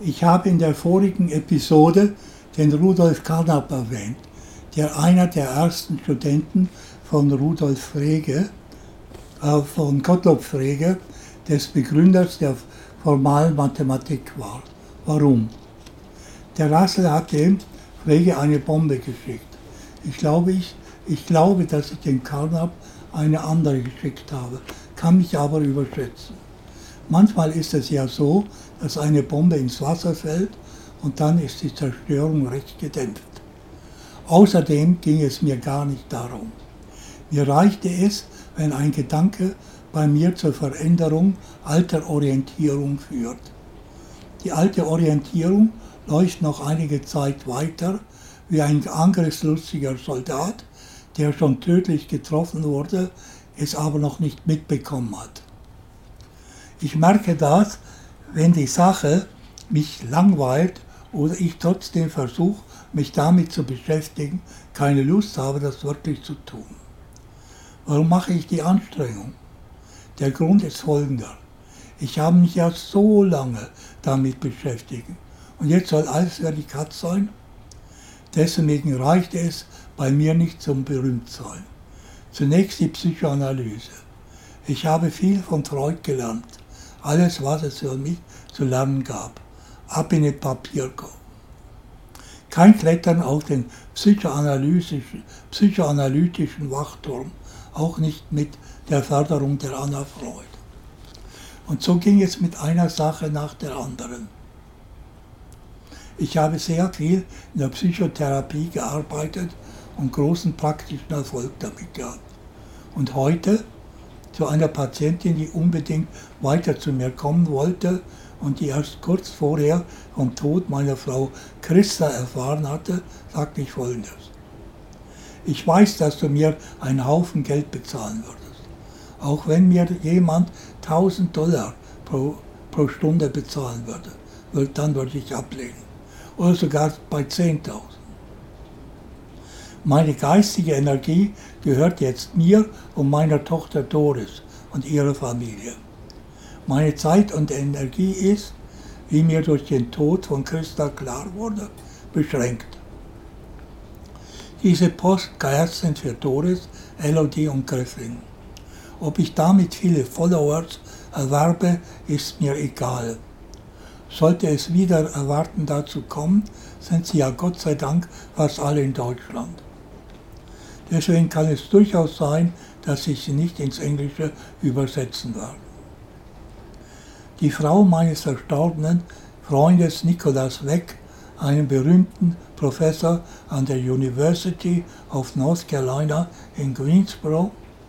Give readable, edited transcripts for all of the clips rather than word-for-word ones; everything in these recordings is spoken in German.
Ich habe in der vorigen Episode den Rudolf Carnap erwähnt, der einer der ersten Studenten von von Gottlob Frege, des Begründers der formalen Mathematik war. Warum? Der Russell hat dem Frege eine Bombe geschickt. Ich glaube, dass ich dem Carnap eine andere geschickt habe, kann mich aber überschätzen. Manchmal ist es ja so, dass eine Bombe ins Wasser fällt und dann ist die Zerstörung recht gedämpft. Außerdem ging es mir gar nicht darum. Mir reichte es, wenn ein Gedanke bei mir zur Veränderung alter Orientierung führt. Die alte Orientierung läuft noch einige Zeit weiter, wie ein angriffslustiger Soldat, der schon tödlich getroffen wurde, es aber noch nicht mitbekommen hat. Ich merke das, wenn die Sache mich langweilt oder ich trotzdem versuche, mich damit zu beschäftigen, keine Lust habe, das wirklich zu tun. Warum mache ich die Anstrengung? Der Grund ist folgender. Ich habe mich ja so lange damit beschäftigt und jetzt soll alles für die Katz sein? Deswegen reicht es bei mir nicht zum Berühmtsein. Zunächst die Psychoanalyse. Ich habe viel von Freud gelernt. Alles, was es für mich zu lernen gab. Ab in den Papierkorb. Kein Klettern auf den psychoanalytischen Wachturm, auch nicht mit der Förderung der Anna Freud. Und so ging es mit einer Sache nach der anderen. Ich habe sehr viel in der Psychotherapie gearbeitet und großen praktischen Erfolg damit gehabt. Und heute zu einer Patientin, die unbedingt weiter zu mir kommen wollte und die erst kurz vorher vom Tod meiner Frau Christa erfahren hatte, sagte ich Folgendes. Ich weiß, dass du mir einen Haufen Geld bezahlen würdest. Auch wenn mir jemand $1000 pro Stunde bezahlen würde, dann würde ich ablehnen. Oder sogar bei 10.000. Meine geistige Energie gehört jetzt mir und meiner Tochter Doris und ihrer Familie. Meine Zeit und Energie ist, wie mir durch den Tod von Christa klar wurde, beschränkt. Diese Podcasts sind für Doris, Elodie und Griffin. Ob ich damit viele Followers erwerbe, ist mir egal. Sollte es wieder erwarten dazu kommen, sind sie ja Gott sei Dank fast alle in Deutschland. Deswegen kann es durchaus sein, dass ich sie nicht ins Englische übersetzen werde. Die Frau meines verstorbenen Freundes Nicholas Weck, einem berühmten Professor an der University of North Carolina in Greensboro,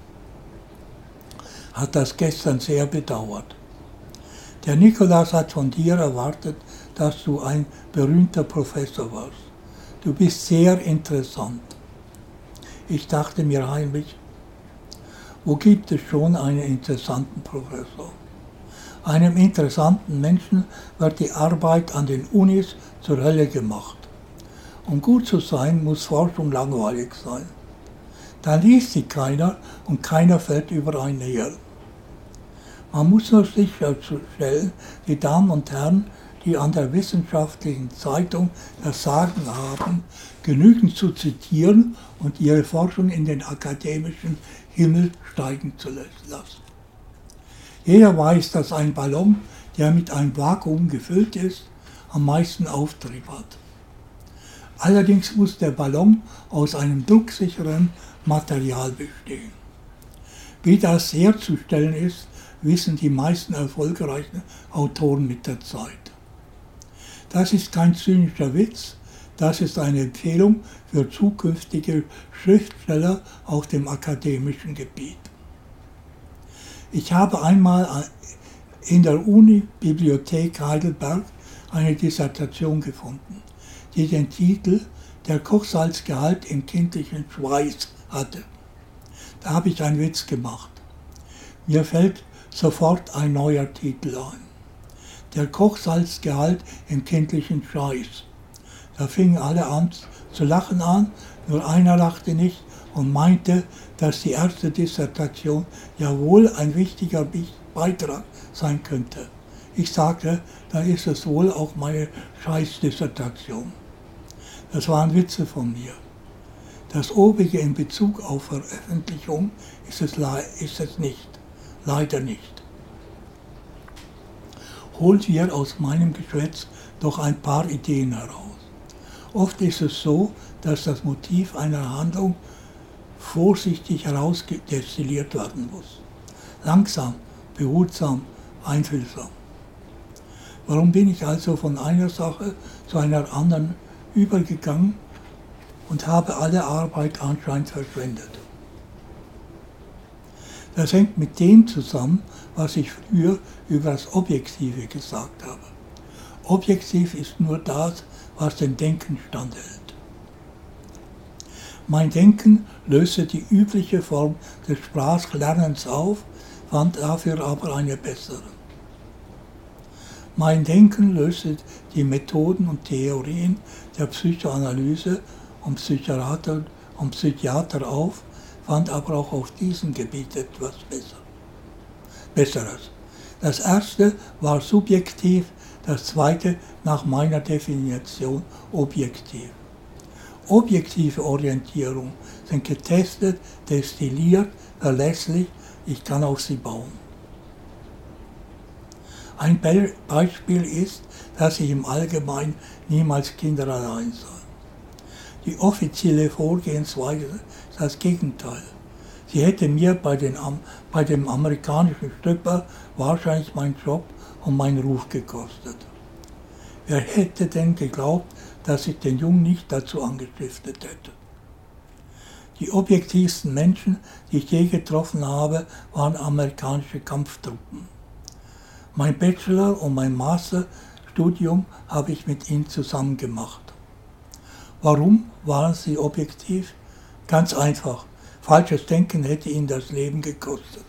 hat das gestern sehr bedauert. Der Nicholas hat von dir erwartet, dass du ein berühmter Professor warst. Du bist sehr interessant. Ich dachte mir heimlich, wo gibt es schon einen interessanten Professor? Einem interessanten Menschen wird die Arbeit an den Unis zur Hölle gemacht. Um gut zu sein, muss Forschung langweilig sein. Dann liest sie keiner und keiner fällt über einen her. Man muss nur sicherstellen, die Damen und Herren, die an der wissenschaftlichen Zeitung das Sagen haben, genügend zu zitieren und ihre Forschung in den akademischen Himmel steigen zu lassen. Jeder weiß, dass ein Ballon, der mit einem Vakuum gefüllt ist, am meisten Auftrieb hat. Allerdings muss der Ballon aus einem drucksicheren Material bestehen. Wie das herzustellen ist, wissen die meisten erfolgreichen Autoren mit der Zeit. Das ist kein zynischer Witz, das ist eine Empfehlung für zukünftige Schriftsteller auf dem akademischen Gebiet. Ich habe einmal in der Uni-Bibliothek Heidelberg eine Dissertation gefunden, die den Titel »Der Kochsalzgehalt im kindlichen Schweiß« hatte. Da habe ich einen Witz gemacht. Mir fällt sofort ein neuer Titel ein. Der Kochsalzgehalt im kindlichen Scheiß. Da fingen alle an zu lachen an, nur einer lachte nicht und meinte, dass die erste Dissertation ja wohl ein wichtiger Beitrag sein könnte. Ich sagte, dann ist es wohl auch meine Scheißdissertation. Das waren Witze von mir. Das obige in Bezug auf Veröffentlichung ist es nicht, leider nicht. Holt wir aus meinem Geschwätz doch ein paar Ideen heraus. Oft ist es so, dass das Motiv einer Handlung vorsichtig herausdestilliert werden muss. Langsam, behutsam, einfühlsam. Warum bin ich also von einer Sache zu einer anderen übergegangen und habe alle Arbeit anscheinend verschwendet? Das hängt mit dem zusammen, was ich früher über das Objektive gesagt habe. Objektiv ist nur das, was dem Denken standhält. Mein Denken löste die übliche Form des Sprachlernens auf, fand dafür aber eine bessere. Mein Denken löste die Methoden und Theorien der Psychoanalyse und Psychiater auf, fand aber auch auf diesem Gebiet etwas Besseres. Das erste war subjektiv, das zweite nach meiner Definition objektiv. Objektive Orientierung sind getestet, destilliert, verlässlich, ich kann auf sie bauen. Ein Beispiel ist, dass ich im Allgemeinen niemals Kinder allein sah. Die offizielle Vorgehensweise ist das Gegenteil. Sie hätte mir bei dem amerikanischen Stripper wahrscheinlich meinen Job und meinen Ruf gekostet. Wer hätte denn geglaubt, dass ich den Jungen nicht dazu angestiftet hätte? Die objektivsten Menschen, die ich je getroffen habe, waren amerikanische Kampftruppen. Mein Bachelor- und mein Masterstudium habe ich mit ihnen zusammen gemacht. Warum waren sie objektiv? Ganz einfach. Falsches Denken hätte ihnen das Leben gekostet.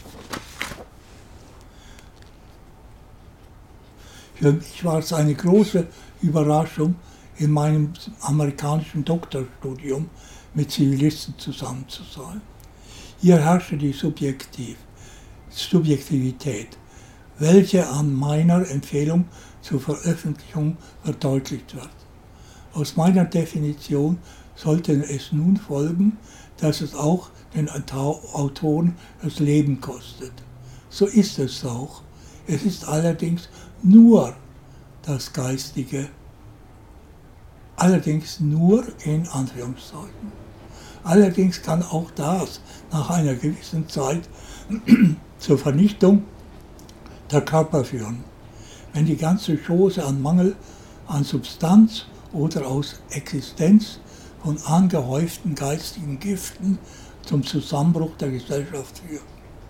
Für mich war es eine große Überraschung, in meinem amerikanischen Doktorstudium mit Zivilisten zusammen zu sein. Hier herrschte die Subjektivität, welche an meiner Empfehlung zur Veröffentlichung verdeutlicht wird. Aus meiner Definition sollte es nun folgen, dass es auch den Autoren das Leben kostet. So ist es auch. Es ist allerdings nur das Geistige, allerdings nur in Anführungszeichen. Allerdings kann auch das nach einer gewissen Zeit zur Vernichtung der Körper führen, wenn die ganze Chose an Mangel an Substanz oder aus Existenz von angehäuften geistigen Giften zum Zusammenbruch der Gesellschaft führt.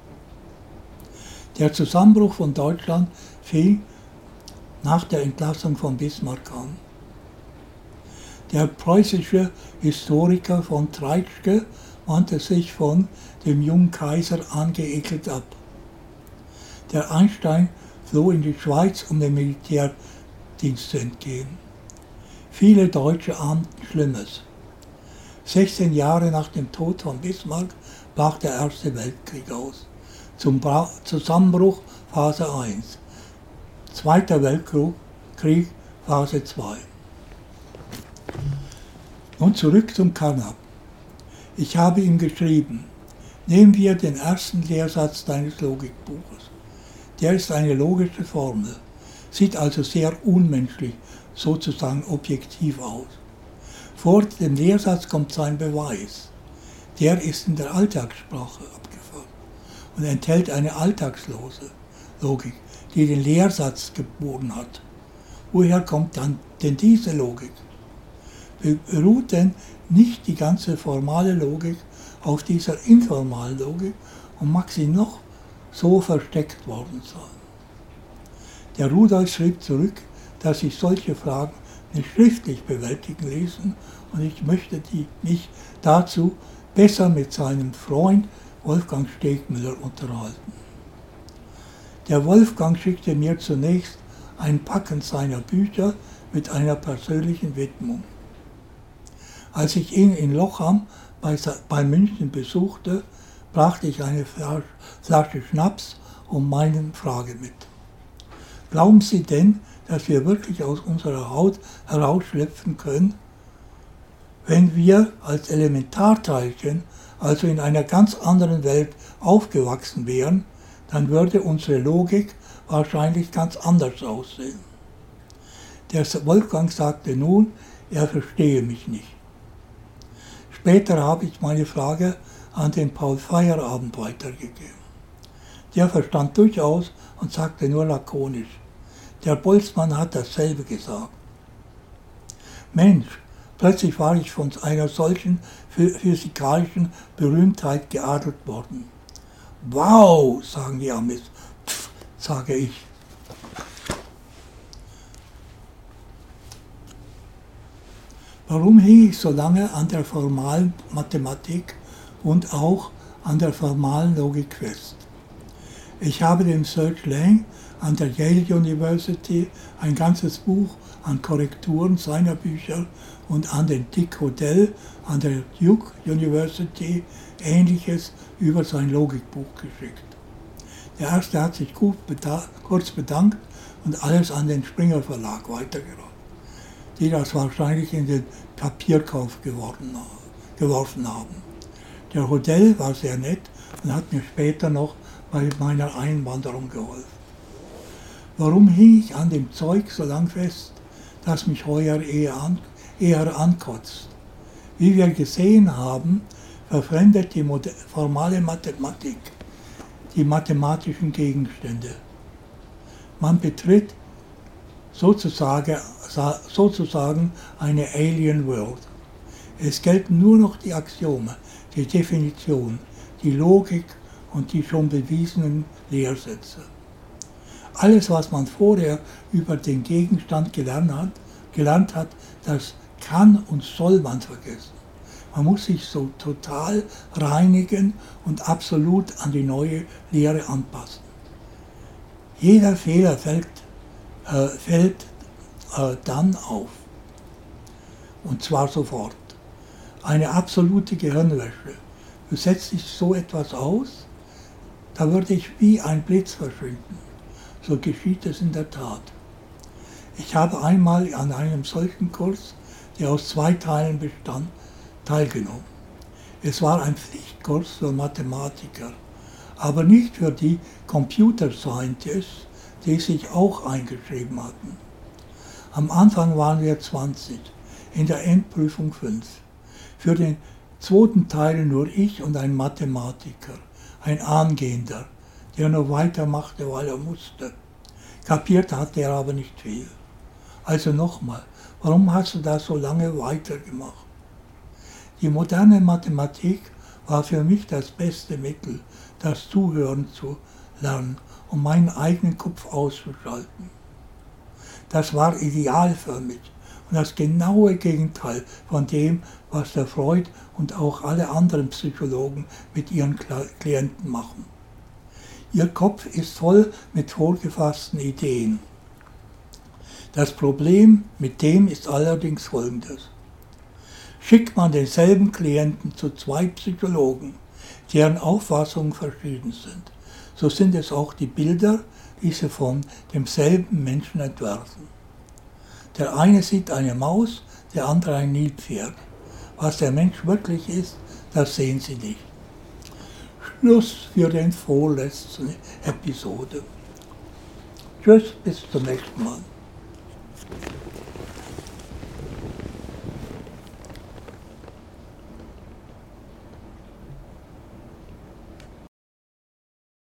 Der Zusammenbruch von Deutschland fing nach der Entlassung von Bismarck an. Der preußische Historiker von Treitschke wandte sich von dem jungen Kaiser angeekelt ab. Der Einstein floh in die Schweiz, um dem Militärdienst zu entgehen. Viele Deutsche ahnten Schlimmes. 16 Jahre nach dem Tod von Bismarck brach der Erste Weltkrieg aus. Zum Zusammenbruch Phase 1. Zweiter Weltkrieg Phase 2. Nun zurück zum Carnap. Ich habe ihm geschrieben, nehmen wir den ersten Lehrsatz deines Logikbuches. Der ist eine logische Formel, sieht also sehr unmenschlich, sozusagen objektiv aus. Vor dem Lehrsatz kommt sein Beweis. Der ist in der Alltagssprache abgefahren und enthält eine alltagslose Logik, die den Lehrsatz geboren hat. Woher kommt dann denn diese Logik? Beruht denn nicht die ganze formale Logik auf dieser informalen Logik und mag sie noch so versteckt worden sein? Der Rudolf schrieb zurück, dass sich solche Fragen nicht schriftlich bewältigen ließen und ich möchte mich dazu besser mit seinem Freund Wolfgang Stegmüller unterhalten. Der Wolfgang schickte mir zunächst ein Packen seiner Bücher mit einer persönlichen Widmung. Als ich ihn in Lochham bei München besuchte, brachte ich eine Flasche Schnaps und meine Frage mit. Glauben Sie denn, dass wir wirklich aus unserer Haut herausschlüpfen können? Wenn wir als Elementarteilchen, also in einer ganz anderen Welt aufgewachsen wären, dann würde unsere Logik wahrscheinlich ganz anders aussehen. Der Wolfgang sagte nun, er verstehe mich nicht. Später habe ich meine Frage an den Paul Feierabend weitergegeben. Der verstand durchaus und sagte nur lakonisch, der Boltzmann hat dasselbe gesagt. Mensch, plötzlich war ich von einer solchen physikalischen Berühmtheit geadelt worden. Wow, sagen die Amis. Pff, sage ich. Warum hing ich so lange an der formalen Mathematik und auch an der formalen Logik fest? Ich habe dem Serge Lang an der Yale University ein ganzes Buch an Korrekturen seiner Bücher und an den Dick Hodel an der Duke University Ähnliches über sein Logikbuch geschickt. Der erste hat sich kurz bedankt und alles an den Springer Verlag weitergereicht, die das wahrscheinlich in den Papierkauf geworfen haben. Der Hodel war sehr nett und hat mir später noch bei meiner Einwanderung geholfen. Warum hing ich an dem Zeug so lang fest, das mich heuer eher ankotzt? Wie wir gesehen haben, verfremdet die formale Mathematik die mathematischen Gegenstände. Man betritt sozusagen eine Alien World. Es gelten nur noch die Axiome, die Definition, die Logik und die schon bewiesenen Lehrsätze. Alles, was man vorher über den Gegenstand gelernt hat, das kann und soll man vergessen. Man muss sich so total reinigen und absolut an die neue Lehre anpassen. Jeder Fehler fällt dann auf. Und zwar sofort. Eine absolute Gehirnwäsche. Du setzt dich so etwas aus, da würde ich wie ein Blitz verschwinden. So geschieht es in der Tat. Ich habe einmal an einem solchen Kurs, der aus 2 Teilen bestand, teilgenommen. Es war ein Pflichtkurs für Mathematiker, aber nicht für die Computer Scientists, die sich auch eingeschrieben hatten. Am Anfang waren wir 20, in der Endprüfung 5. Für den 2. Teil nur ich und ein Mathematiker, ein Angehender, der nur weitermachte, weil er musste. Kapiert hatte er aber nicht viel. Also nochmal, warum hast du das so lange weitergemacht? Die moderne Mathematik war für mich das beste Mittel, das Zuhören zu lernen, um meinen eigenen Kopf auszuschalten. Das war ideal für mich und das genaue Gegenteil von dem, was der Freud und auch alle anderen Psychologen mit ihren Klienten machen. Ihr Kopf ist voll mit vorgefassten Ideen. Das Problem mit dem ist allerdings folgendes. Schickt man denselben Klienten zu 2 Psychologen, deren Auffassungen verschieden sind, so sind es auch die Bilder, die sie von demselben Menschen entwerfen. Der eine sieht eine Maus, der andere ein Nilpferd. Was der Mensch wirklich ist, das sehen sie nicht. Schluss für den vorletzten Episode. Tschüss, bis zum nächsten Mal.